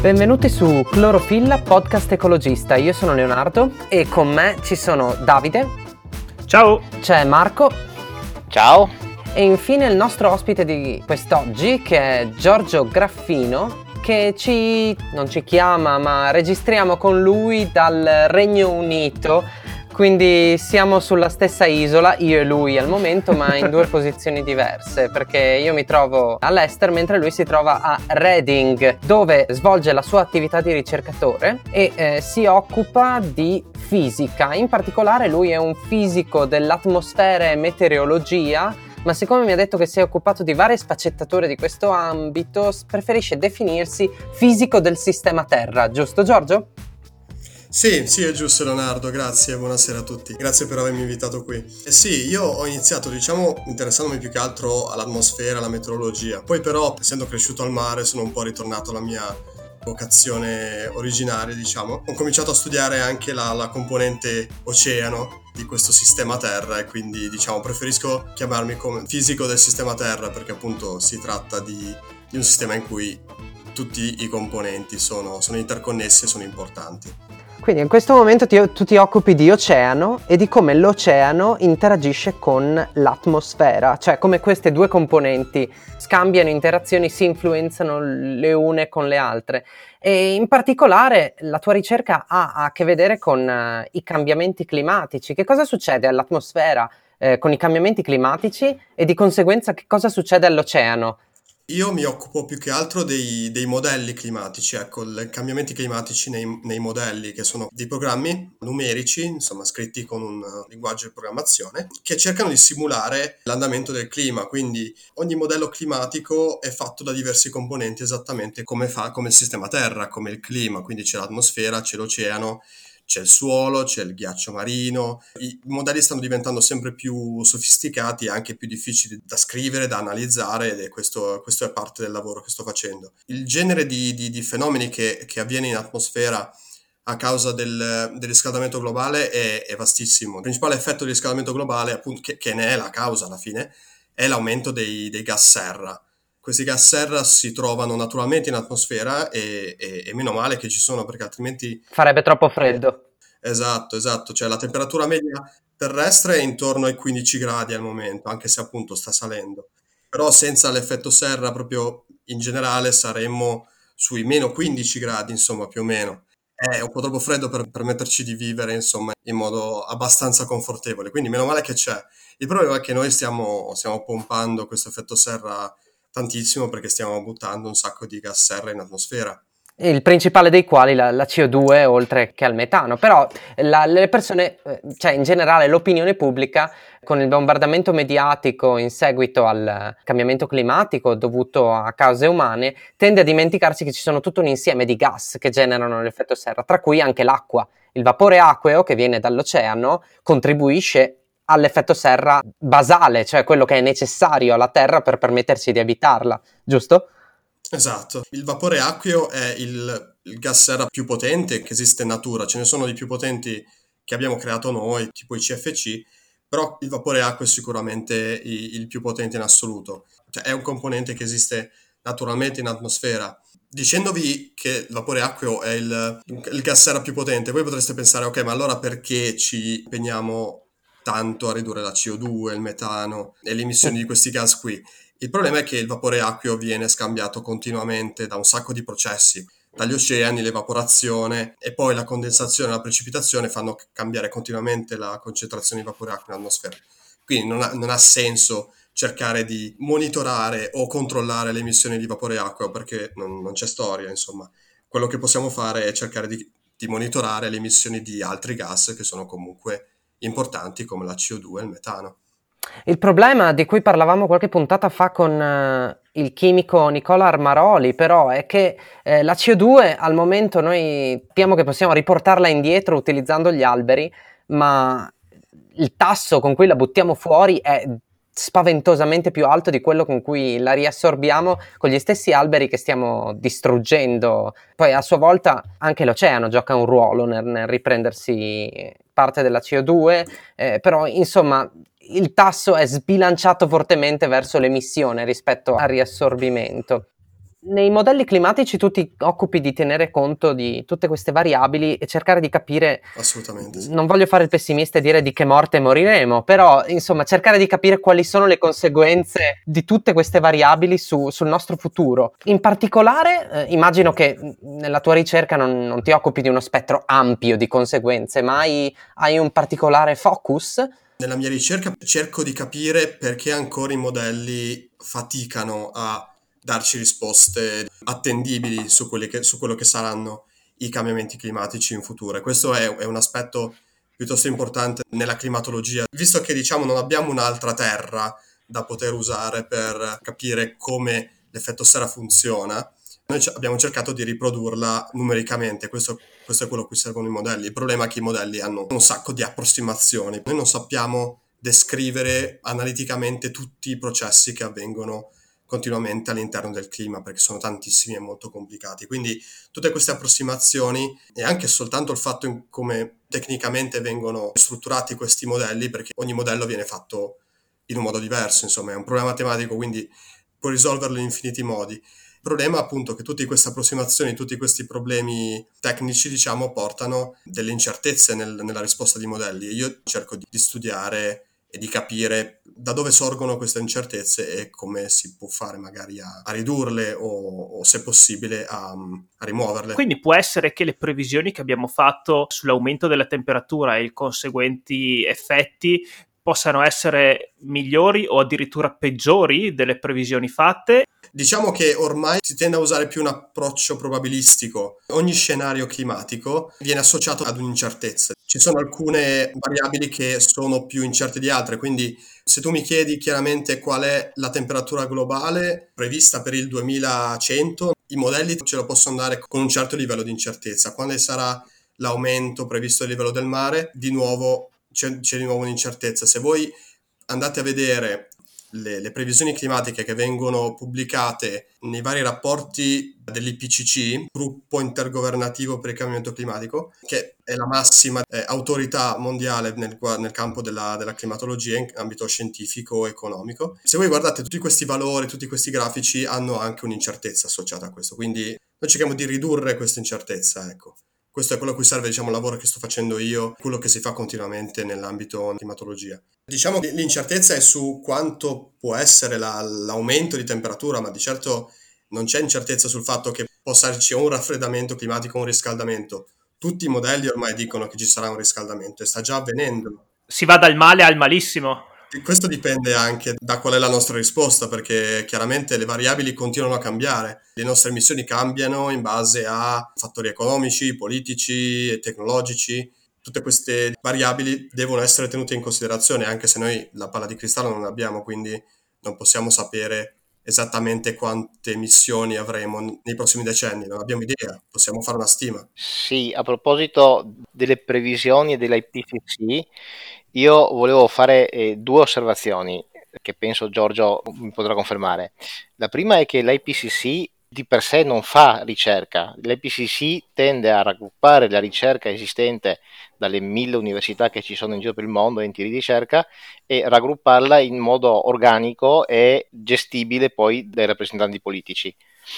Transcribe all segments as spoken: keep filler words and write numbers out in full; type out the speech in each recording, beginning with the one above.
Benvenuti su Clorofilla, podcast ecologista. Io sono Leonardo e con me ci sono Davide. Ciao. C'è Marco. Ciao. E infine il nostro ospite di quest'oggi, che è Giorgio Graffino, che ci non ci chiama, ma registriamo con lui dal Regno Unito. Quindi siamo sulla stessa isola, io e lui al momento, ma in due posizioni diverse, perché io mi trovo all'Ester mentre lui si trova a Reading, dove svolge la sua attività di ricercatore e eh, si occupa di fisica. In particolare lui è un fisico dell'atmosfera e meteorologia, ma siccome mi ha detto che si è occupato di varie sfaccettature di questo ambito, preferisce definirsi fisico del sistema Terra, giusto Giorgio? Sì, sì, è giusto Leonardo, grazie, buonasera a tutti, grazie per avermi invitato qui. E sì, io ho iniziato, diciamo, interessandomi più che altro all'atmosfera, alla meteorologia, poi però, essendo cresciuto al mare, sono un po' ritornato alla mia vocazione originaria, diciamo. Ho cominciato a studiare anche la, la componente oceano di questo sistema Terra e quindi, diciamo, preferisco chiamarmi come fisico del sistema Terra perché appunto si tratta di, di un sistema in cui tutti i componenti sono, sono interconnessi e sono importanti. Quindi in questo momento ti, tu ti occupi di oceano e di come l'oceano interagisce con l'atmosfera, cioè come queste due componenti scambiano interazioni, si influenzano le une con le altre. E in particolare la tua ricerca ha a che vedere con uh, i cambiamenti climatici. Che cosa succede all'atmosfera eh, con i cambiamenti climatici e di conseguenza che cosa succede all'oceano? Io mi occupo più che altro dei, dei modelli climatici, ecco, i cambiamenti climatici nei, nei modelli, che sono dei programmi numerici, insomma, scritti con un linguaggio di programmazione, che cercano di simulare l'andamento del clima. Quindi ogni modello climatico è fatto da diversi componenti, esattamente come fa come il sistema Terra, come il clima. Quindi c'è l'atmosfera, c'è l'oceano, c'è il suolo, c'è il ghiaccio marino. I modelli stanno diventando sempre più sofisticati e anche più difficili da scrivere, da analizzare, ed è questo, questo è parte del lavoro che sto facendo. Il genere di, di, di fenomeni che, che avviene in atmosfera a causa del, del riscaldamento globale è, è vastissimo. Il principale effetto del riscaldamento globale, appunto, che, che ne è la causa alla fine, è l'aumento dei, dei gas serra. Questi gas serra si trovano naturalmente in atmosfera e, e, e meno male che ci sono, perché altrimenti Farebbe troppo freddo. Esatto, esatto, cioè la temperatura media terrestre è intorno ai quindici gradi al momento, anche se appunto sta salendo. Però senza l'effetto serra proprio in generale saremmo sui meno quindici gradi, insomma, più o meno. È un po' troppo freddo per permetterci di vivere, insomma, in modo abbastanza confortevole. Quindi meno male che c'è. Il problema è che noi stiamo, stiamo pompando questo effetto serra tantissimo perché stiamo buttando un sacco di gas serra in atmosfera. Il principale dei quali la, la C O due oltre che al metano, però la, le persone, cioè in generale l'opinione pubblica con il bombardamento mediatico in seguito al cambiamento climatico dovuto a cause umane tende a dimenticarsi che ci sono tutto un insieme di gas che generano l'effetto serra, tra cui anche l'acqua. Il vapore acqueo che viene dall'oceano contribuisce all'effetto serra basale, cioè quello che è necessario alla Terra per permettersi di abitarla, giusto? Esatto, il vapore acqueo è il, il gas serra più potente che esiste in natura, ce ne sono di più potenti che abbiamo creato noi, tipo i C F C, però il vapore acqueo è sicuramente il, il più potente in assoluto, cioè è un componente che esiste naturalmente in atmosfera. Dicendovi che il vapore acqueo è il, il gas serra più potente, voi potreste pensare, ok, ma allora perché ci impegniamo tanto a ridurre la C O due, il metano e le emissioni di questi gas qui? Il problema è che il vapore acqueo viene scambiato continuamente da un sacco di processi, dagli oceani, l'evaporazione e poi la condensazione e la precipitazione fanno cambiare continuamente la concentrazione di vapore acqueo nell'atmosfera. Quindi non ha, non ha senso cercare di monitorare o controllare le emissioni di vapore acqueo perché non, non c'è storia, insomma. Quello che possiamo fare è cercare di, di monitorare le emissioni di altri gas che sono comunque importanti come la C O due e il metano. Il problema di cui parlavamo qualche puntata fa con uh, il chimico Nicola Armaroli, però, è che eh, la C O due al momento noi sappiamo che possiamo riportarla indietro utilizzando gli alberi, ma il tasso con cui la buttiamo fuori è spaventosamente più alto di quello con cui la riassorbiamo con gli stessi alberi che stiamo distruggendo. Poi a sua volta anche l'oceano gioca un ruolo nel, nel riprendersi parte della C O due, eh, però insomma il tasso è sbilanciato fortemente verso l'emissione rispetto al riassorbimento. Nei modelli climatici tu ti occupi di tenere conto di tutte queste variabili e cercare di capire, Assolutamente sì. non voglio fare il pessimista e dire di che morte moriremo, però insomma cercare di capire quali sono le conseguenze di tutte queste variabili su, sul nostro futuro. In particolare, eh, immagino che nella tua ricerca non, non ti occupi di uno spettro ampio di conseguenze, ma hai, hai un particolare focus. Nella mia ricerca cerco di capire perché ancora i modelli faticano a darci risposte attendibili su, quelli che, su quello che saranno i cambiamenti climatici in futuro. E questo è, è un aspetto piuttosto importante nella climatologia, visto che diciamo non abbiamo un'altra terra da poter usare per capire come l'effetto serra funziona. Noi c- abbiamo cercato di riprodurla numericamente, questo, questo è quello a cui servono i modelli. Il problema è che i modelli hanno un sacco di approssimazioni. Noi non sappiamo descrivere analiticamente tutti i processi che avvengono continuamente all'interno del clima, perché sono tantissimi e molto complicati. Quindi tutte queste approssimazioni e anche soltanto il fatto in come tecnicamente vengono strutturati questi modelli, perché ogni modello viene fatto in un modo diverso, insomma, è un problema matematico, quindi puoi risolverlo in infiniti modi. Il problema è appunto che tutte queste approssimazioni, tutti questi problemi tecnici, diciamo, portano delle incertezze nel- nella risposta di modelli. Io cerco di, di studiare e di capire da dove sorgono queste incertezze e come si può fare magari a, a ridurle o, o, se possibile, a, a rimuoverle. Quindi può essere che le previsioni che abbiamo fatto sull'aumento della temperatura e i conseguenti effetti possano essere migliori o addirittura peggiori delle previsioni fatte. Diciamo che ormai si tende a usare più un approccio probabilistico. Ogni scenario climatico viene associato ad un'incertezza. Ci sono alcune variabili che sono più incerte di altre, quindi se tu mi chiedi chiaramente qual è la temperatura globale prevista per il duemilacento, i modelli ce lo possono dare con un certo livello di incertezza. Quando sarà l'aumento previsto a livello del mare, di nuovo c'è, c'è di nuovo un'incertezza. Se voi andate a vedere le, le previsioni climatiche che vengono pubblicate nei vari rapporti dell'I P C C, Gruppo Intergovernativo per il Cambiamento Climatico, che è la massima eh, autorità mondiale nel, nel campo della, della climatologia in ambito scientifico e economico. Se voi guardate tutti questi valori, tutti questi grafici hanno anche un'incertezza associata a questo, quindi noi cerchiamo di ridurre questa incertezza, ecco. Questo è quello a cui serve, diciamo, il lavoro che sto facendo io, quello che si fa continuamente nell'ambito climatologia. Diciamo che l'incertezza è su quanto può essere la, l'aumento di temperatura, ma di certo non c'è incertezza sul fatto che possa esserci un raffreddamento climatico o un riscaldamento. Tutti i modelli ormai dicono che ci sarà un riscaldamento e sta già avvenendo. Si va dal male al malissimo. E questo dipende anche da qual è la nostra risposta, perché chiaramente le variabili continuano a cambiare. Le nostre emissioni cambiano in base a fattori economici, politici e tecnologici. Tutte queste variabili devono essere tenute in considerazione, anche se noi la palla di cristallo non abbiamo, quindi non possiamo sapere esattamente quante emissioni avremo nei prossimi decenni, non abbiamo idea, possiamo fare una stima. Sì, a proposito delle previsioni e dell'I P C C, io volevo fare eh, due osservazioni che penso Giorgio mi potrà confermare. La prima è che l'I P C C di per sé non fa ricerca, l'I P C C tende a raggruppare la ricerca esistente dalle mille università che ci sono in giro per il mondo, enti di ricerca, e raggrupparla in modo organico e gestibile poi dai rappresentanti politici.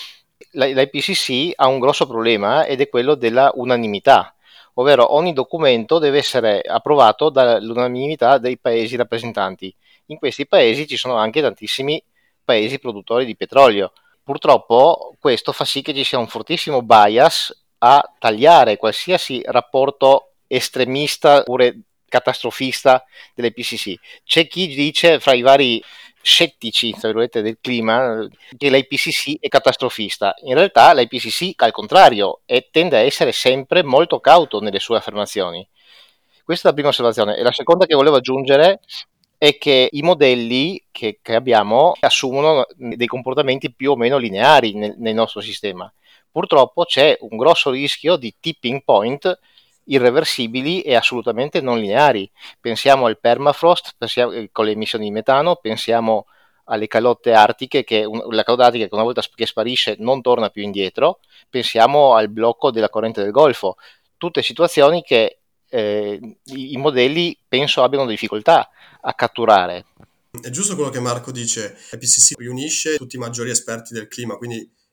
L'I P C C ha un grosso problema ed è quello della unanimità, ovvero ogni documento deve essere approvato dall'unanimità dei paesi rappresentanti. In questi paesi ci sono anche tantissimi paesi produttori di petrolio. Purtroppo questo fa sì che ci sia un fortissimo bias a tagliare qualsiasi rapporto estremista oppure catastrofista dell'I P C C. C'è chi dice fra i vari scettici, tra virgolette, del clima, che l'I P C C è catastrofista. In realtà l'I P C C, al contrario, e tende a essere sempre molto cauto nelle sue affermazioni. Questa è la prima osservazione. E la seconda che volevo aggiungere è che i modelli che, che abbiamo assumono dei comportamenti più o meno lineari nel, nel nostro sistema. Purtroppo c'è un grosso rischio di tipping point irreversibili e assolutamente non lineari. Pensiamo al permafrost, pensiamo, eh, con le emissioni di metano, pensiamo alle calotte artiche, che un, la calotta artica che una volta che sparisce non torna più indietro, pensiamo al blocco della corrente del Golfo. Tutte situazioni che eh, i, i modelli penso abbiano difficoltà a catturare. È giusto quello che Marco dice, l'I P C C riunisce tutti i maggiori esperti del clima, quindi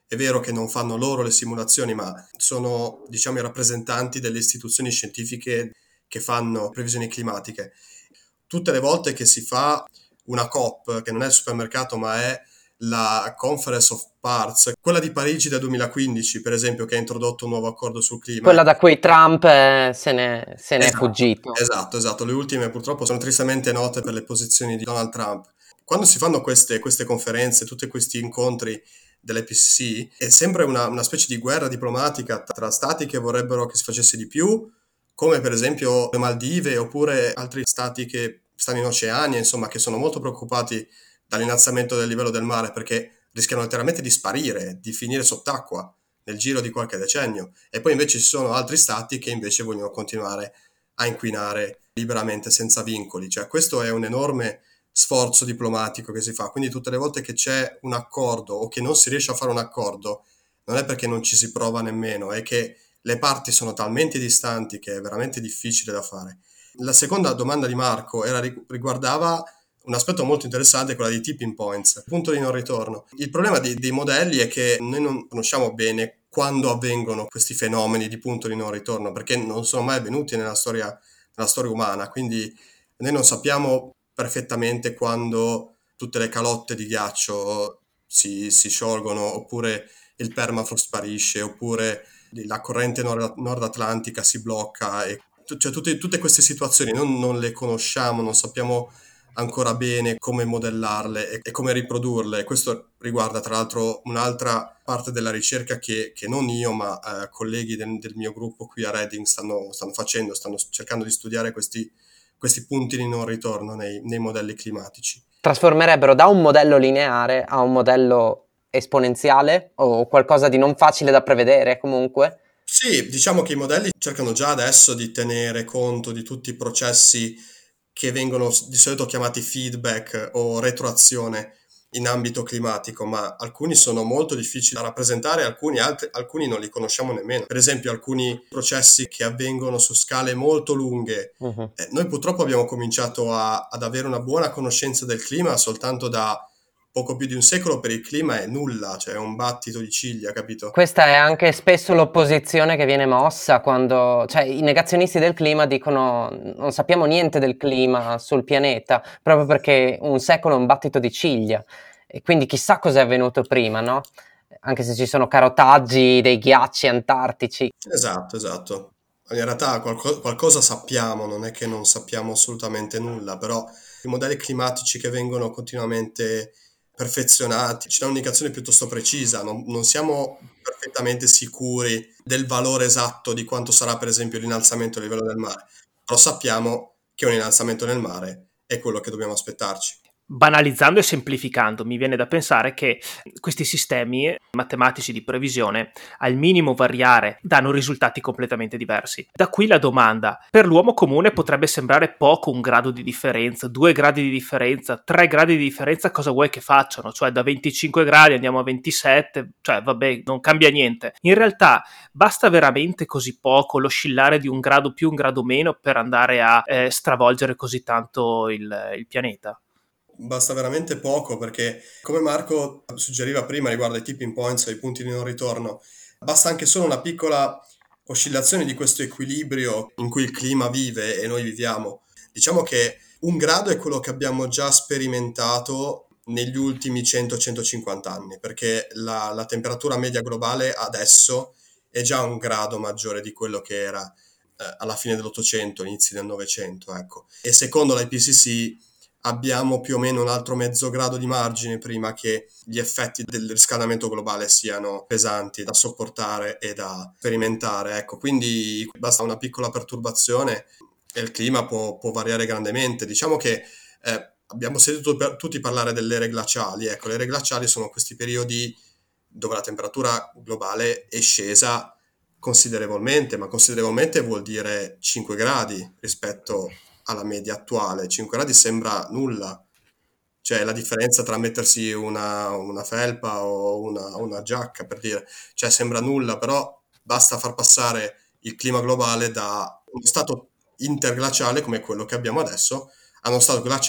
È vero che non fanno loro le simulazioni, ma sono, diciamo, i rappresentanti delle istituzioni scientifiche che fanno previsioni climatiche. Tutte le volte che si fa una COP, che non è il supermercato ma è la Conference of Parts, quella di Parigi del duemilaquindici per esempio, che ha introdotto un nuovo accordo sul clima. Quella da cui Trump eh, se ne, se ne esatto, è fuggito. Esatto, esatto. Le ultime purtroppo sono tristemente note per le posizioni di Donald Trump. Quando si fanno queste, queste conferenze, tutti questi incontri dell'I P C C, è sempre una, una specie di guerra diplomatica tra stati che vorrebbero che si facesse di più, come per esempio le Maldive oppure altri stati che stanno in Oceania, insomma, che sono molto preoccupati dall'innalzamento del livello del mare perché rischiano letteralmente di sparire, di finire sott'acqua nel giro di qualche decennio. E poi invece ci sono altri stati che invece vogliono continuare a inquinare liberamente senza vincoli. Cioè questo è un enorme sforzo diplomatico che si fa, quindi tutte le volte che c'è un accordo o che non si riesce a fare un accordo non è perché non ci si prova nemmeno, è che le parti sono talmente distanti che è veramente difficile da fare. La seconda domanda di Marco era, riguardava un aspetto molto interessante, quella dei tipping points, punto di non ritorno. Il problema dei, dei modelli è che noi non conosciamo bene quando avvengono questi fenomeni di punto di non ritorno, perché non sono mai avvenuti nella storia, nella storia umana, quindi noi non sappiamo perfettamente quando tutte le calotte di ghiaccio si, si sciolgono, oppure il permafrost sparisce, oppure la corrente nord, nord atlantica si blocca, e, cioè tutte, tutte queste situazioni non, non le conosciamo, non sappiamo ancora bene come modellarle e, e come riprodurle. Questo riguarda tra l'altro un'altra parte della ricerca che, che non io ma eh, colleghi del, del mio gruppo qui a Reading stanno, stanno facendo, stanno cercando di studiare questi, questi punti di non ritorno nei, nei modelli climatici. Trasformerebbero da un modello lineare a un modello esponenziale o qualcosa di non facile da prevedere comunque? Sì, diciamo che i modelli cercano già adesso di tenere conto di tutti i processi che vengono di solito chiamati feedback o retroazione in ambito climatico, ma alcuni sono molto difficili da rappresentare, alcuni, altri, alcuni non li conosciamo nemmeno. Per esempio alcuni processi che avvengono su scale molto lunghe. Uh-huh. Eh, noi purtroppo abbiamo cominciato a, ad avere una buona conoscenza del clima soltanto da poco più di un secolo. Per il clima è nulla, cioè è un battito di ciglia, capito? Questa è anche spesso l'opposizione che viene mossa quando, cioè i negazionisti del clima dicono non sappiamo niente del clima sul pianeta, proprio perché un secolo è un battito di ciglia e quindi chissà cosa è avvenuto prima, no? Anche se ci sono carotaggi dei ghiacci antartici. Esatto, esatto. In realtà qualco- qualcosa sappiamo, non è che non sappiamo assolutamente nulla, però i modelli climatici che vengono continuamente perfezionati ci danno un'indicazione piuttosto precisa, non, non siamo perfettamente sicuri del valore esatto di quanto sarà per esempio l'innalzamento del livello del mare, però sappiamo che un innalzamento nel mare è quello che dobbiamo aspettarci. Banalizzando e semplificando, mi viene da pensare che questi sistemi matematici di previsione, al minimo variare, danno risultati completamente diversi. Da qui la domanda: per l'uomo comune potrebbe sembrare poco un grado di differenza, due gradi di differenza, tre gradi di differenza, cosa vuoi che facciano? Cioè da venticinque gradi andiamo a ventisette, cioè vabbè, non cambia niente. In realtà basta veramente così poco, l'oscillare di un grado più, un grado meno, per andare a eh, stravolgere così tanto il, il pianeta? Basta veramente poco, perché come Marco suggeriva prima riguardo ai tipping points, ai punti di non ritorno, basta anche solo una piccola oscillazione di questo equilibrio in cui il clima vive e noi viviamo. Diciamo che un grado è quello che abbiamo già sperimentato negli ultimi cento centocinquanta anni, perché la, la temperatura media globale adesso è già un grado maggiore di quello che era eh, alla fine dell'Ottocento, inizi del Novecento, ecco. E secondo l'I P C C abbiamo più o meno un altro mezzo grado di margine prima che gli effetti del riscaldamento globale siano pesanti da sopportare e da sperimentare. Ecco, quindi basta una piccola perturbazione e il clima può, può variare grandemente. Diciamo che eh, abbiamo sentito per, tutti parlare delle ere glaciali. Ecco, le ere glaciali sono questi periodi dove la temperatura globale è scesa considerevolmente, ma considerevolmente vuol dire cinque gradi rispetto alla media attuale. cinque gradi sembra nulla, cioè la differenza tra mettersi una, una felpa o una, una giacca, per dire, cioè sembra nulla, però basta far passare il clima globale da uno stato interglaciale come quello che abbiamo adesso a uno stato glaciale.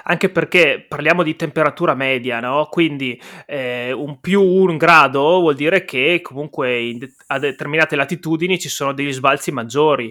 anche perché parliamo di temperatura media, no? Quindi eh, un più un grado vuol dire che comunque in de- a determinate latitudini ci sono degli sbalzi maggiori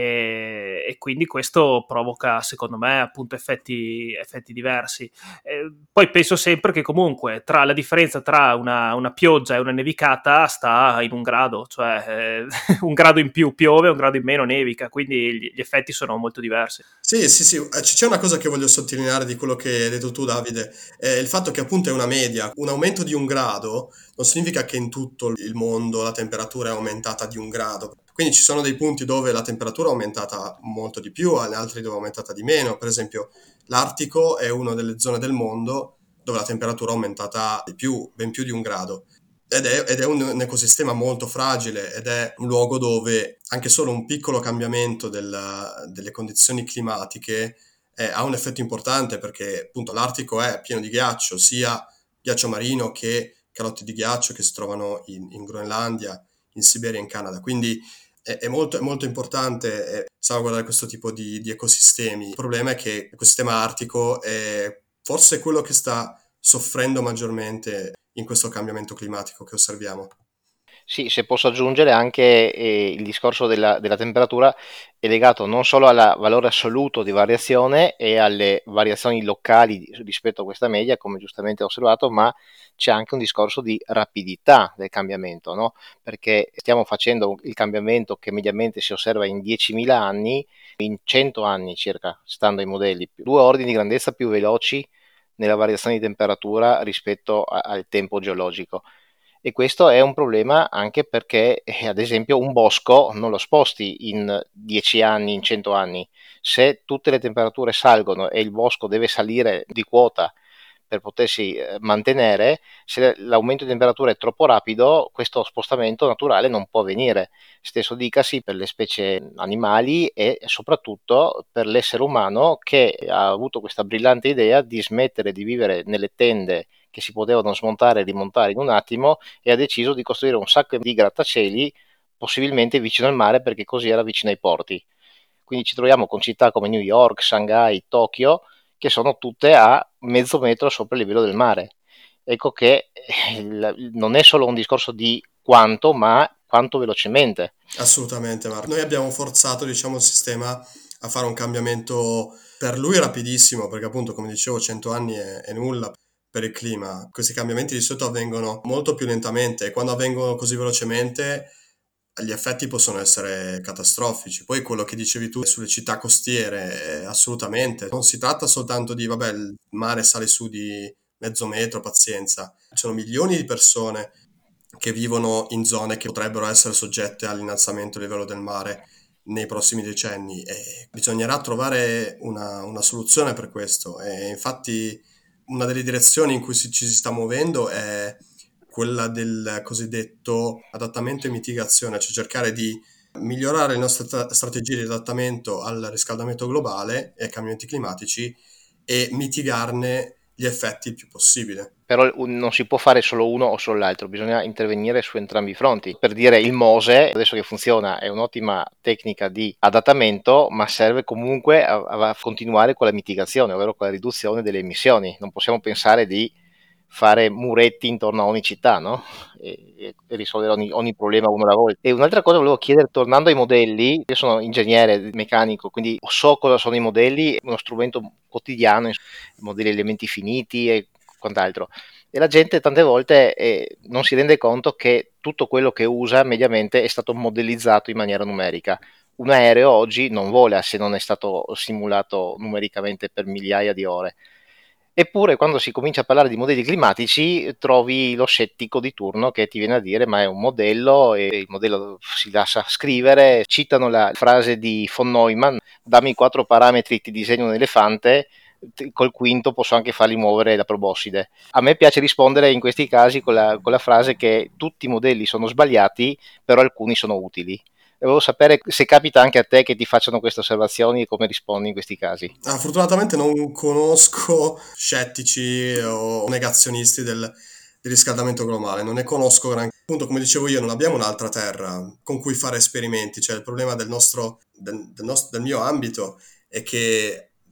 e, e quindi questo provoca, secondo me, appunto effetti, effetti diversi. Eh, poi penso sempre che comunque tra la differenza tra una, una pioggia e una nevicata sta in un grado, cioè eh, un grado in più piove, un grado in meno nevica, quindi gli, gli effetti sono molto diversi. Sì, sì, sì, eh, c'è una cosa che voglio sottolineare di quello che hai detto tu, Davide, è il fatto che appunto è una media. Un aumento di un grado non significa che in tutto il mondo la temperatura è aumentata di un grado. Quindi ci sono dei punti dove la temperatura è aumentata molto di più, in altri dove è aumentata di meno. Per esempio, l'Artico è una delle zone del mondo dove la temperatura è aumentata di più, ben più di un grado. Ed è, ed è un, un ecosistema molto fragile ed è un luogo dove anche solo un piccolo cambiamento della- delle condizioni climatiche eh, ha un effetto importante, perché appunto l'Artico è pieno di ghiaccio, sia ghiaccio marino che calotti di ghiaccio che si trovano in, in Groenlandia, in Siberia e in Canada. Quindi è, è molto, è molto importante eh, salvaguardare questo tipo di, di ecosistemi. Il problema è che l'ecosistema artico è forse quello che sta soffrendo maggiormente in questo cambiamento climatico che osserviamo. Sì, se posso aggiungere anche eh, il discorso della, della temperatura è legato non solo al valore assoluto di variazione e alle variazioni locali di- rispetto a questa media, come giustamente ho osservato, ma c'è anche un discorso di rapidità del cambiamento, no? Perché stiamo facendo il cambiamento che mediamente si osserva in diecimila anni, in cento anni circa, stando ai modelli, due ordini di grandezza più veloci nella variazione di temperatura rispetto a- al tempo geologico. E questo è un problema anche perché, eh, ad esempio, un bosco non lo sposti in dieci anni, in cento anni. Se tutte le temperature salgono e il bosco deve salire di quota per potersi eh, mantenere, se l'aumento di temperatura è troppo rapido, questo spostamento naturale non può avvenire. Stesso dicasi per le specie animali e soprattutto per l'essere umano che ha avuto questa brillante idea di smettere di vivere nelle tende che si potevano smontare e rimontare in un attimo e ha deciso di costruire un sacco di grattacieli possibilmente vicino al mare perché così era vicino ai porti. Quindi ci troviamo con città come New York, Shanghai, Tokyo che sono tutte a mezzo metro sopra il livello del mare. Ecco che il, non è solo un discorso di quanto, ma quanto velocemente. Assolutamente, Marco. Noi abbiamo forzato, diciamo, il sistema a fare un cambiamento per lui rapidissimo, perché appunto, come dicevo, cento anni è, è nulla per il clima. Questi cambiamenti di solito avvengono molto più lentamente e quando avvengono così velocemente gli effetti possono essere catastrofici. Poi quello che dicevi tu sulle città costiere, eh, assolutamente. Non si tratta soltanto di, vabbè, il mare sale su di mezzo metro, pazienza. Ci sono milioni di persone che vivono in zone che potrebbero essere soggette all'innalzamento del livello del mare nei prossimi decenni e bisognerà trovare una, una soluzione per questo. E infatti una delle direzioni in cui si- ci si sta muovendo è quella del cosiddetto adattamento e mitigazione, cioè cercare di migliorare le nostre tra- strategie di adattamento al riscaldamento globale e ai cambiamenti climatici e mitigarne gli effetti il più possibile. Però non si può fare solo uno o solo l'altro, bisogna intervenire su entrambi i fronti. Per dire, il MOSE, adesso che funziona, è un'ottima tecnica di adattamento, ma serve comunque a, a continuare con la mitigazione, ovvero con la riduzione delle emissioni. Non possiamo pensare di fare muretti intorno a ogni città, no? E, e risolvere ogni, ogni problema uno alla volta. E un'altra cosa volevo chiedere, tornando ai modelli, io sono ingegnere meccanico, quindi so cosa sono i modelli, uno strumento quotidiano, modelli elementi finiti e quant'altro. E la gente tante volte eh, non si rende conto che tutto quello che usa mediamente è stato modellizzato in maniera numerica. Un aereo oggi non vola se non è stato simulato numericamente per migliaia di ore. Eppure, quando si comincia a parlare di modelli climatici, trovi lo scettico di turno che ti viene a dire: ma è un modello e il modello si lascia scrivere. Citano la frase di von Neumann: dammi quattro parametri, ti disegno un elefante, col quinto posso anche fargli muovere la proboscide. A me piace rispondere in questi casi con la, con la frase che tutti i modelli sono sbagliati, però alcuni sono utili. E volevo sapere se capita anche a te che ti facciano queste osservazioni e come rispondi in questi casi. Ah, fortunatamente non conosco scettici o negazionisti del, del riscaldamento globale, non ne conosco granché. Appunto, come dicevo io, non abbiamo un'altra terra con cui fare esperimenti, cioè il problema del nostro, del, del nostro, del mio ambito è che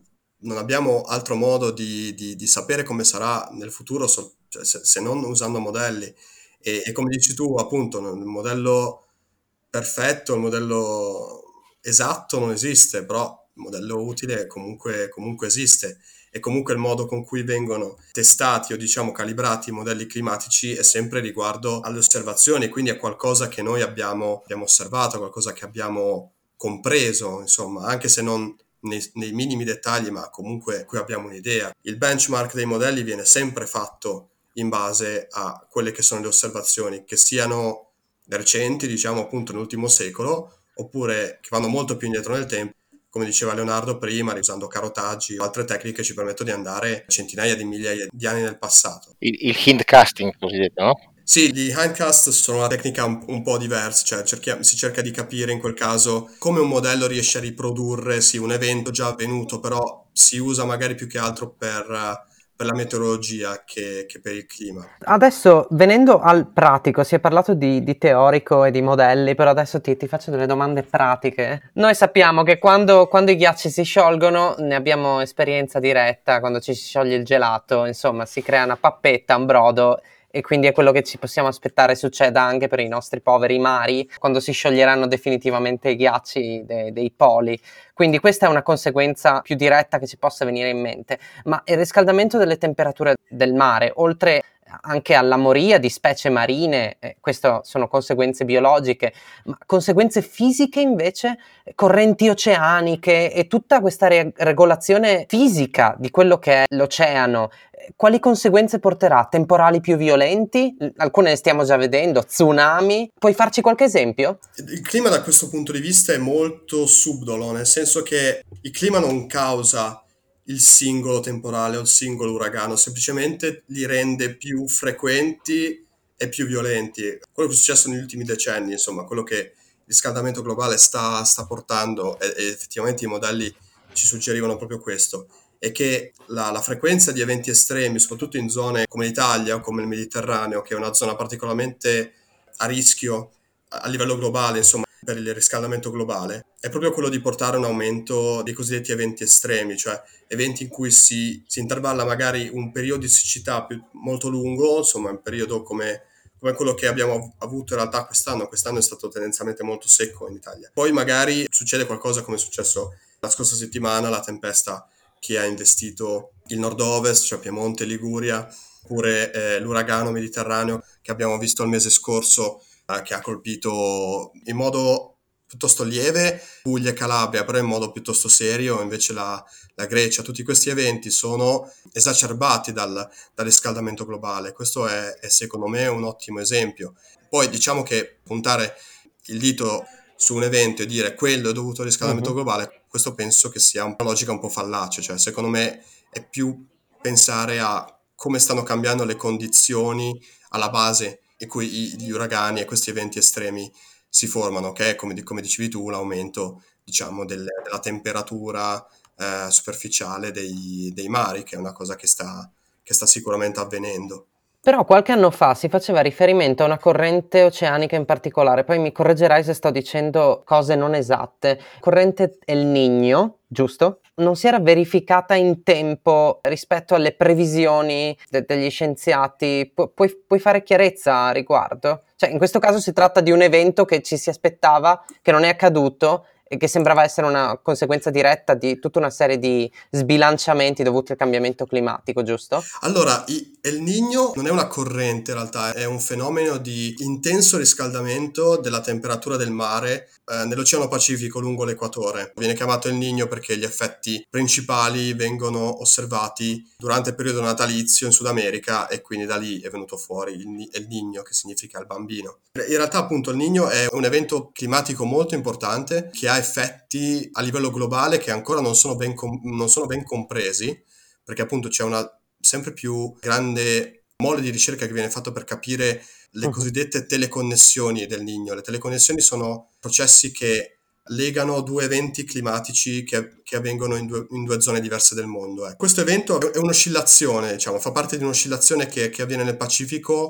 non abbiamo altro modo di, di, di sapere come sarà nel futuro, so- cioè, se, se non usando modelli. E, e come dici tu, appunto, no, il modello perfetto, il modello esatto non esiste, però il modello utile comunque, comunque esiste. E comunque il modo con cui vengono testati o diciamo calibrati i modelli climatici è sempre riguardo alle osservazioni, quindi è qualcosa che noi abbiamo, abbiamo osservato, qualcosa che abbiamo compreso, insomma, anche se non nei, nei minimi dettagli, ma comunque qui abbiamo un'idea. Il benchmark dei modelli viene sempre fatto in base a quelle che sono le osservazioni, che siano recenti, diciamo appunto nell'ultimo secolo, oppure che vanno molto più indietro nel tempo. Come diceva Leonardo prima, usando carotaggi o altre tecniche ci permettono di andare centinaia di migliaia di anni nel passato. Il, il hindcasting cosiddetto, no? Sì, gli hindcast sono una tecnica un, un po' diversa, cioè cerchia- si cerca di capire in quel caso come un modello riesce a riprodurre sì, un evento già avvenuto, però si usa magari più che altro per, eh, per la meteorologia che, che per il clima. Adesso, venendo al pratico, si è parlato di, di teorico e di modelli, però adesso ti, ti faccio delle domande pratiche. Noi sappiamo che quando, quando i ghiacci si sciolgono, ne abbiamo esperienza diretta, quando ci si scioglie il gelato, insomma, si crea una pappetta, un brodo, e quindi è quello che ci possiamo aspettare succeda anche per i nostri poveri mari, quando si scioglieranno definitivamente i ghiacci de- dei poli. Quindi questa è una conseguenza più diretta che ci possa venire in mente. Ma il riscaldamento delle temperature del mare, oltre anche alla moria di specie marine, eh, queste sono conseguenze biologiche, ma conseguenze fisiche invece, correnti oceaniche e tutta questa re- regolazione fisica di quello che è l'oceano, eh, quali conseguenze porterà? Temporali più violenti? Alcune le stiamo già vedendo, tsunami. Puoi farci qualche esempio? Il clima da questo punto di vista è molto subdolo, nel senso che il clima non causa il singolo temporale o il singolo uragano, semplicemente li rende più frequenti e più violenti. Quello che è successo negli ultimi decenni, insomma, quello che il riscaldamento globale sta, sta portando, e, e effettivamente i modelli ci suggerivano proprio questo, è che la, la frequenza di eventi estremi, soprattutto in zone come l'Italia o come il Mediterraneo, che è una zona particolarmente a rischio a livello globale, insomma, per il riscaldamento globale, è proprio quello di portare a un aumento dei cosiddetti eventi estremi, cioè eventi in cui si, si intervalla magari un periodo di siccità più, molto lungo, insomma un periodo come, come quello che abbiamo avuto in realtà quest'anno. Quest'anno è stato tendenzialmente molto secco in Italia. Poi magari succede qualcosa come è successo la scorsa settimana, la tempesta che ha investito il nord-ovest, cioè Piemonte, Liguria, oppure eh, l'uragano mediterraneo che abbiamo visto il mese scorso, eh, che ha colpito in modo piuttosto lieve Puglia e Calabria, però in modo piuttosto serio invece la, la Grecia. Tutti questi eventi sono esacerbati dal, dal riscaldamento globale. Questo è, è secondo me un ottimo esempio. Poi diciamo che puntare il dito su un evento e dire quello è dovuto al riscaldamento Mhm. globale, questo penso che sia una logica un po' fallace, cioè secondo me è più pensare a come stanno cambiando le condizioni alla base in cui i- gli uragani e questi eventi estremi si formano, che è, come, di- come dicevi tu, l'aumento, diciamo, del- della temperatura eh, superficiale dei, dei mari, che è una cosa che sta, che sta sicuramente avvenendo. Però qualche anno fa si faceva riferimento a una corrente oceanica in particolare, poi mi correggerai se sto dicendo cose non esatte. Corrente El Niño, giusto? Non si era verificata in tempo rispetto alle previsioni de- degli scienziati. Pu- puoi, puoi fare chiarezza a riguardo? Cioè, in questo caso si tratta di un evento che ci si aspettava, che non è accaduto e che sembrava essere una conseguenza diretta di tutta una serie di sbilanciamenti dovuti al cambiamento climatico, giusto? Allora, i- El Niño non è una corrente in realtà, è un fenomeno di intenso riscaldamento della temperatura del mare eh, nell'Oceano Pacifico lungo l'equatore. Viene chiamato El Niño perché gli effetti principali vengono osservati durante il periodo natalizio in Sud America e quindi da lì è venuto fuori il, Ni- El Niño, che significa il bambino. In realtà appunto il Niño è un evento climatico molto importante che ha effetti a livello globale che ancora non sono ben, com- non sono ben compresi, perché appunto c'è una sempre più grande mole di ricerca che viene fatto per capire le Mhm. cosiddette teleconnessioni del Niño. Le teleconnessioni sono processi che legano due eventi climatici che, che avvengono in due, in due zone diverse del mondo. eh. Questo evento è un'oscillazione, diciamo, fa parte di un'oscillazione che, che avviene nel Pacifico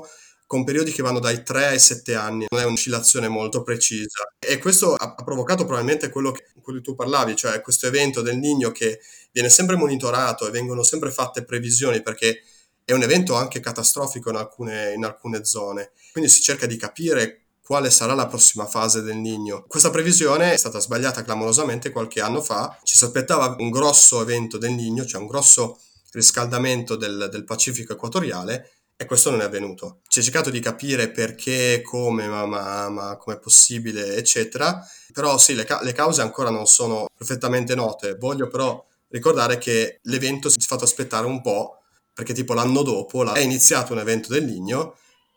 con periodi che vanno dai tre ai sette anni, non è un'oscillazione molto precisa. E questo ha, ha provocato probabilmente quello che, quello che tu parlavi, cioè questo evento del Niño che viene sempre monitorato e vengono sempre fatte previsioni, perché è un evento anche catastrofico in alcune, in alcune zone. Quindi si cerca di capire quale sarà la prossima fase del Niño. Questa previsione è stata sbagliata clamorosamente qualche anno fa. Ci si aspettava un grosso evento del Niño, cioè un grosso riscaldamento del, del Pacifico equatoriale, e questo non è avvenuto. Si è cercato di capire perché, come, ma, ma, ma come è possibile, eccetera. Però sì, le, ca- le cause ancora non sono perfettamente note. Voglio però ricordare che l'evento si è fatto aspettare un po', perché tipo l'anno dopo è iniziato un evento del Niño,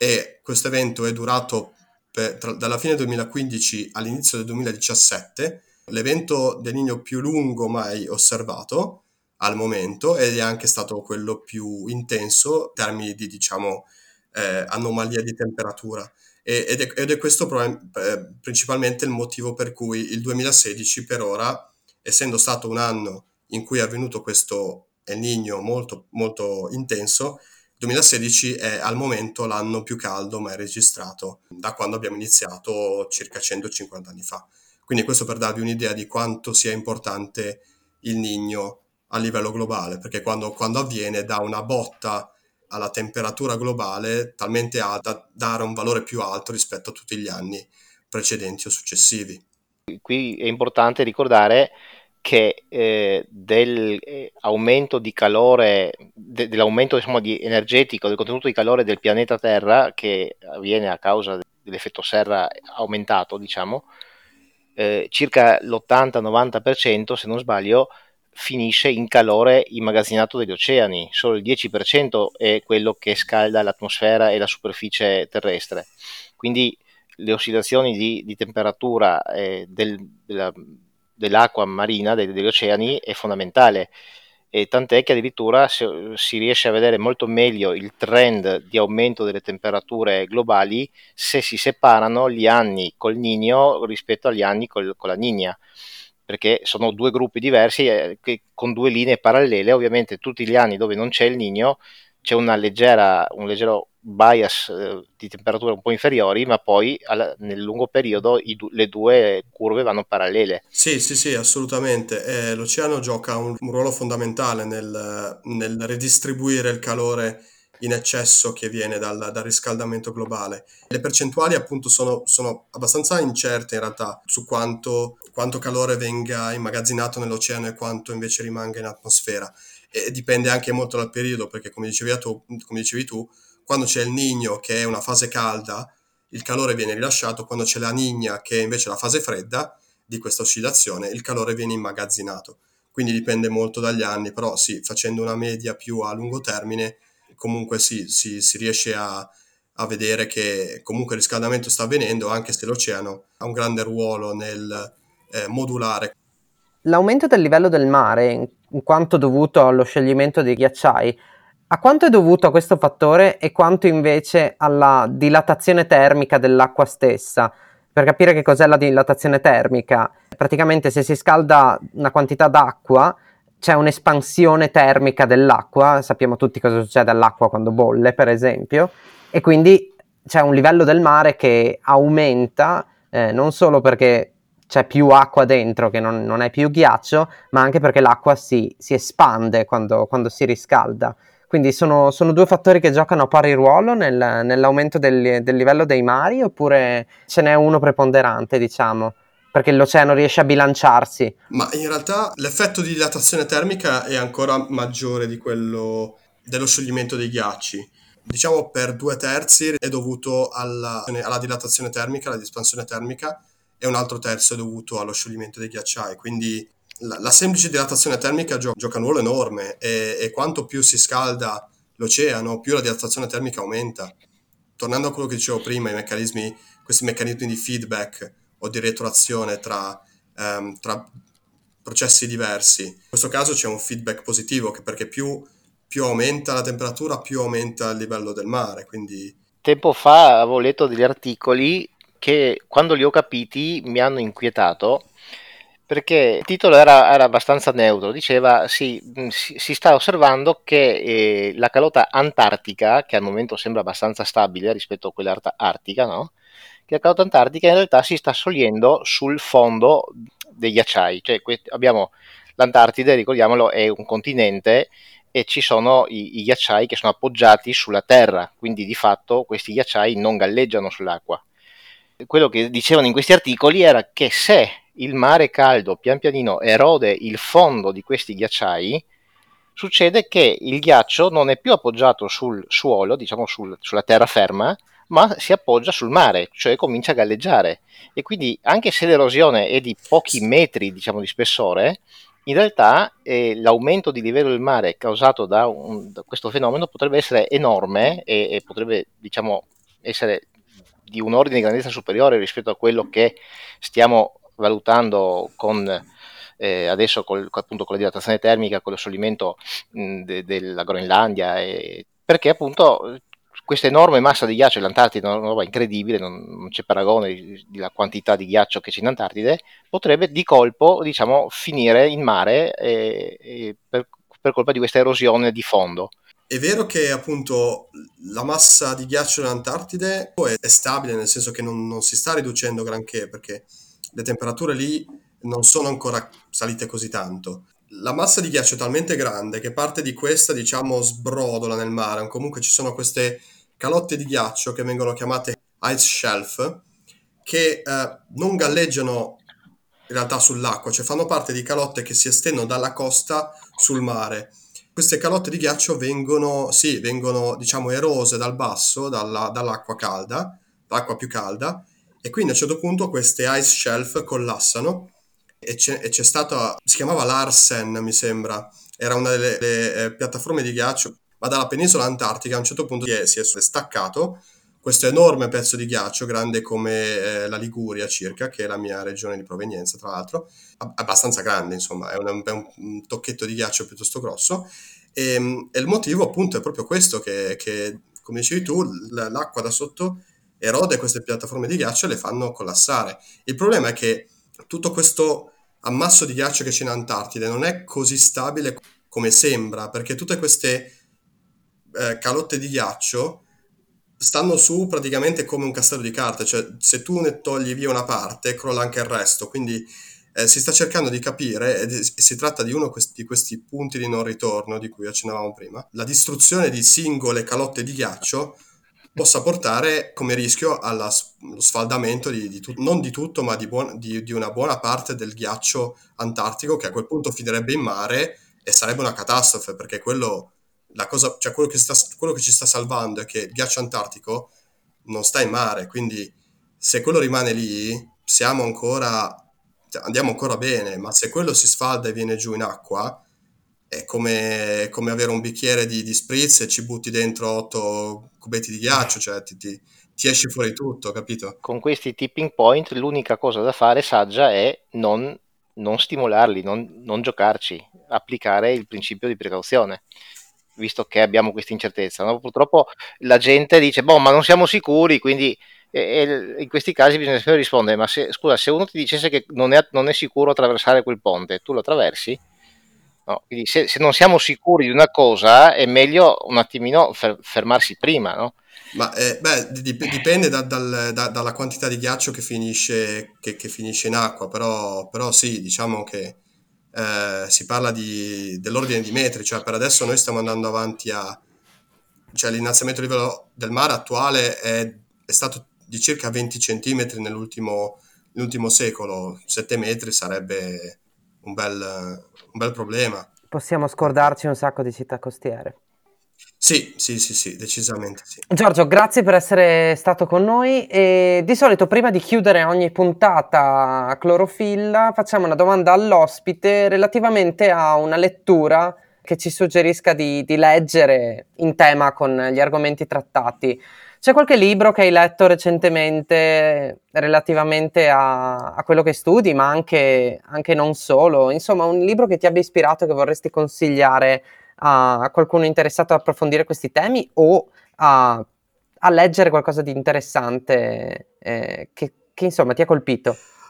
e questo evento è durato per, tra, dalla fine del duemilaquindici all'inizio del duemiladiciassette, l'evento del Niño più lungo mai osservato al momento, ed è anche stato quello più intenso in termini di, diciamo, eh, anomalia di temperatura. E, ed, è, ed è questo prob- eh, principalmente il motivo per cui il duemilasedici, per ora, essendo stato un anno in cui è avvenuto questo El Niño molto, molto intenso, duemilasedici è al momento l'anno più caldo mai registrato da quando abbiamo iniziato circa centocinquanta anni fa. Quindi questo per darvi un'idea di quanto sia importante il Niño a livello globale, perché quando, quando avviene dà una botta alla temperatura globale talmente alta da dare un valore più alto rispetto a tutti gli anni precedenti o successivi. Qui è importante ricordare che eh, dell'aumento di calore, de, dell'aumento diciamo, di energetico, del contenuto di calore del pianeta Terra, che avviene a causa dell'effetto serra aumentato, diciamo, eh, circa l'ottanta novanta per cento, se non sbaglio, finisce in calore immagazzinato degli oceani. Solo il dieci per cento è quello che scalda l'atmosfera e la superficie terrestre. Quindi le oscillazioni di, di temperatura eh, del, della, dell'acqua marina, dei, degli oceani, è fondamentale, e tant'è che addirittura si, si riesce a vedere molto meglio il trend di aumento delle temperature globali se si separano gli anni col Niño rispetto agli anni col, con la Niña, perché sono due gruppi diversi eh, che, con due linee parallele. Ovviamente tutti gli anni dove non c'è il Niño c'è una leggera, un leggero bias eh, di temperature un po' inferiori, ma poi alla, nel lungo periodo i, le due curve vanno parallele. Sì, sì, sì, assolutamente. Eh, l'oceano gioca un, un ruolo fondamentale nel, nel redistribuire il calore in eccesso che viene dal, dal riscaldamento globale. Le percentuali appunto sono, sono abbastanza incerte in realtà su quanto, quanto calore venga immagazzinato nell'oceano e quanto invece rimanga in atmosfera. E dipende anche molto dal periodo, perché come dicevi tu, come dicevi tu, quando c'è il Niño, che è una fase calda, il calore viene rilasciato; quando c'è la Niña, che è invece la fase fredda di questa oscillazione, il calore viene immagazzinato. Quindi dipende molto dagli anni, però sì, facendo una media più a lungo termine, comunque sì, si, si riesce a, a vedere che comunque il riscaldamento sta avvenendo, anche se l'oceano ha un grande ruolo nel eh, modulare. L'aumento del livello del mare, in in quanto dovuto allo scioglimento dei ghiacciai, a quanto è dovuto a questo fattore e quanto invece alla dilatazione termica dell'acqua stessa? Per capire che cos'è la dilatazione termica, praticamente se si scalda una quantità d'acqua c'è un'espansione termica dell'acqua, sappiamo tutti cosa succede all'acqua quando bolle, per esempio, e quindi c'è un livello del mare che aumenta, eh, non solo perché c'è più acqua dentro, che non, non è più ghiaccio, ma anche perché l'acqua si, si espande quando, quando si riscalda. Quindi sono, sono due fattori che giocano a pari ruolo nel, nell'aumento del, del livello dei mari, oppure ce n'è uno preponderante, diciamo, perché l'oceano riesce a bilanciarsi? Ma in realtà l'effetto di dilatazione termica è ancora maggiore di quello dello scioglimento dei ghiacci. Diciamo per due terzi è dovuto alla, alla dilatazione termica, alla espansione termica, e un altro terzo è dovuto allo scioglimento dei ghiacciai. Quindi la, la semplice dilatazione termica gio- gioca un ruolo enorme, e, e quanto più si scalda l'oceano, più la dilatazione termica aumenta. Tornando a quello che dicevo prima, i meccanismi, questi meccanismi di feedback o di retroazione tra, ehm, tra processi diversi. In questo caso c'è un feedback positivo, che perché più, più aumenta la temperatura, più aumenta il livello del mare. Quindi Tempo fa avevo letto degli articoli che, quando li ho capiti, mi hanno inquietato, Perché il titolo era, era abbastanza neutro, diceva sì, mh, si, si sta osservando che eh, la calotta antartica, che al momento sembra abbastanza stabile rispetto a quella art- artica, no? Che la calotta antartica in realtà si sta sciogliendo sul fondo dei ghiacciai, cioè que- abbiamo l'Antartide, ricordiamolo, è un continente e ci sono i, i ghiacciai che sono appoggiati sulla terra, quindi di fatto questi ghiacciai non galleggiano sull'acqua. Quello che dicevano in questi articoli era che se il mare caldo pian pianino erode il fondo di questi ghiacciai, succede che il ghiaccio non è più appoggiato sul suolo, diciamo sul, sulla terraferma, ma si appoggia sul mare, cioè comincia a galleggiare. E quindi anche se l'erosione è di pochi metri, diciamo, di spessore, in realtà eh, l'aumento di livello del mare causato da, un, da questo fenomeno potrebbe essere enorme e, e potrebbe, diciamo, essere di un ordine di grandezza superiore rispetto a quello che stiamo valutando con eh, adesso col, appunto con la dilatazione termica, con lo scioglimento mh, de, della Groenlandia, e, perché appunto questa enorme massa di ghiaccio, l'Antartide è una roba incredibile, non, non c'è paragone della quantità di ghiaccio che c'è in Antartide, potrebbe di colpo, diciamo, finire in mare eh, eh, per, per colpa di questa erosione di fondo. È vero che appunto la massa di ghiaccio dell'Antartide è, è stabile, nel senso che non, non si sta riducendo granché, perché le temperature lì non sono ancora salite così tanto. La massa di ghiaccio è talmente grande che parte di questa, diciamo, sbrodola nel mare, o comunque ci sono queste calotte di ghiaccio che vengono chiamate ice shelf, che eh, non galleggiano in realtà sull'acqua, cioè fanno parte di calotte che si estendono dalla costa sul mare. Queste calotte di ghiaccio vengono, sì, vengono, diciamo, erose dal basso, dalla- dall'acqua calda, l'acqua più calda, e quindi a un certo punto queste ice shelf collassano e c'è, e c'è stata, si chiamava Larsen, mi sembra, era una delle, delle, eh, piattaforme di ghiaccio, ma dalla penisola antartica a un certo punto si è, si è staccato questo enorme pezzo di ghiaccio, grande come eh, la Liguria circa, che è la mia regione di provenienza, tra l'altro, ab- abbastanza grande, insomma, è un, è un tocchetto di ghiaccio piuttosto grosso. E, e il motivo appunto è proprio questo, che, che come dicevi tu, l- l'acqua da sotto erode queste piattaforme di ghiaccio e le fanno collassare. Il problema è che tutto questo ammasso di ghiaccio che c'è in Antartide non è così stabile come sembra, perché tutte queste eh, calotte di ghiaccio stanno su praticamente come un castello di carte, cioè se tu ne togli via una parte, crolla anche il resto, quindi eh, si sta cercando di capire, ed es- e si tratta di uno di questi, questi punti di non ritorno di cui accennavamo prima, la distruzione di singole calotte di ghiaccio possa portare come rischio allo sfaldamento di, di tu- non di tutto, ma di, buon- di- di una buona parte del ghiaccio antartico, che a quel punto finirebbe in mare e sarebbe una catastrofe, perché quello, la cosa, cioè quello che, sta, quello che ci sta salvando è che il ghiaccio antartico non sta in mare, quindi se quello rimane lì, siamo ancora, cioè, andiamo ancora bene, ma se quello si sfalda e viene giù in acqua, è come, come avere un bicchiere di, di spritz e ci butti dentro otto cubetti di ghiaccio, cioè ti, ti, ti esce fuori tutto, capito? Con questi tipping point l'unica cosa da fare saggia è non, non stimolarli, non, non giocarci, applicare il principio di precauzione, visto che abbiamo questa incertezza. No? Purtroppo la gente dice, boh, ma non siamo sicuri, quindi e, e in questi casi bisogna sempre rispondere, ma se, scusa, se uno ti dicesse che non è, non è sicuro attraversare quel ponte, tu lo attraversi? No? Quindi se, se non siamo sicuri di una cosa è meglio un attimino fer- fermarsi prima, no? Ma eh, beh, dip- dipende da- dal- da- dalla quantità di ghiaccio che finisce, che, che finisce in acqua, però, però sì, diciamo che eh, si parla di, dell'ordine di metri, cioè per adesso noi stiamo andando avanti a, cioè l'innalzamento del livello del mare attuale è, è stato di circa venti centimetri nell'ultimo, nell'ultimo secolo, sette metri sarebbe un bel, un bel problema. Possiamo scordarci un sacco di città costiere. Sì, sì, sì, sì, decisamente sì. Giorgio, grazie per essere stato con noi e di solito prima di chiudere ogni puntata a Clorofilla facciamo una domanda all'ospite relativamente a una lettura che ci suggerisca di, di leggere in tema con gli argomenti trattati. C'è qualche libro che hai letto recentemente relativamente a, a quello che studi, ma anche, anche non solo? Insomma, un libro che ti abbia ispirato e che vorresti consigliare a, a qualcuno interessato ad approfondire questi temi o a, a leggere qualcosa di interessante eh, che, che insomma ti ha colpito?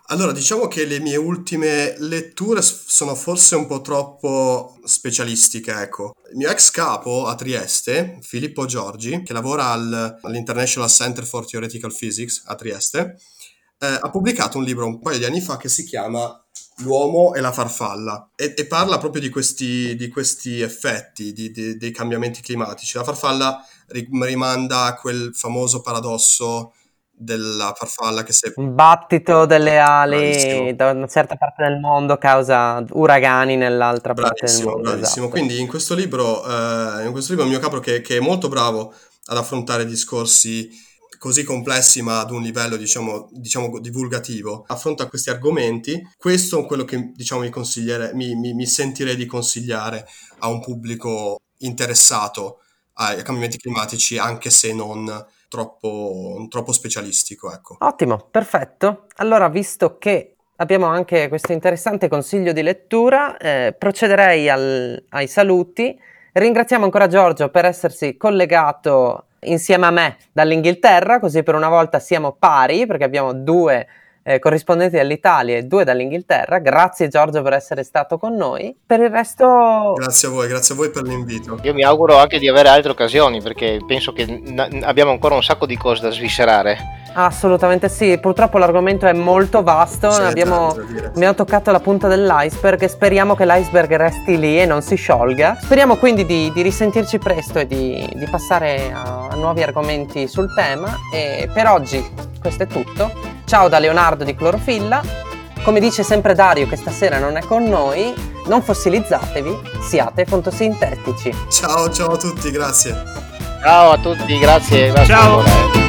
Allora, diciamo che le mie ultime letture s- sono forse un po' troppo specialistiche, ecco. Il mio ex capo a Trieste, Filippo Giorgi, che lavora al- all'International Center for Theoretical Physics a Trieste, eh, ha pubblicato un libro un paio di anni fa che si chiama L'uomo e la farfalla e, e parla proprio di questi, di questi effetti, di- di- dei cambiamenti climatici. La farfalla ri- rimanda a quel famoso paradosso della farfalla che se... Un battito delle ali Bravissimo. da una certa parte del mondo causa uragani nell'altra parte del Bravissimo, mondo, bravissimo. esatto. Quindi in questo libro, eh, in questo libro il mio capo che, che è molto bravo ad affrontare discorsi così complessi ma ad un livello diciamo, diciamo divulgativo, affronta questi argomenti. Questo è quello che diciamo mi, consigliere, mi, mi, mi sentirei di consigliare a un pubblico interessato ai cambiamenti climatici, anche se non troppo, troppo specialistico, ecco. Ottimo, perfetto. Allora, visto che abbiamo anche questo interessante consiglio di lettura, eh, procederei al- ai saluti. Ringraziamo ancora Giorgio per essersi collegato insieme a me dall'Inghilterra, così per una volta siamo pari, perché abbiamo due eh, corrispondenti dall'Italia e due dall'Inghilterra. Grazie Giorgio per essere stato con noi. Per il resto... Grazie a voi, grazie a voi per l'invito. Io mi auguro anche di avere altre occasioni, perché penso che n- abbiamo ancora un sacco di cose da sviscerare. Assolutamente sì, purtroppo l'argomento è molto vasto, C'è abbiamo, tanto da dire. abbiamo toccato la punta dell'iceberg e speriamo che l'iceberg resti lì e non si sciolga. Speriamo quindi di, di risentirci presto e di, di passare a, a nuovi argomenti sul tema, e per oggi questo è tutto. Ciao da Leonardo di Clorofilla. Come dice sempre Dario che stasera non è con noi, non fossilizzatevi, siate fotosintetici. Ciao, ciao a tutti, grazie. Ciao a tutti, grazie. grazie Ciao. ancora, eh.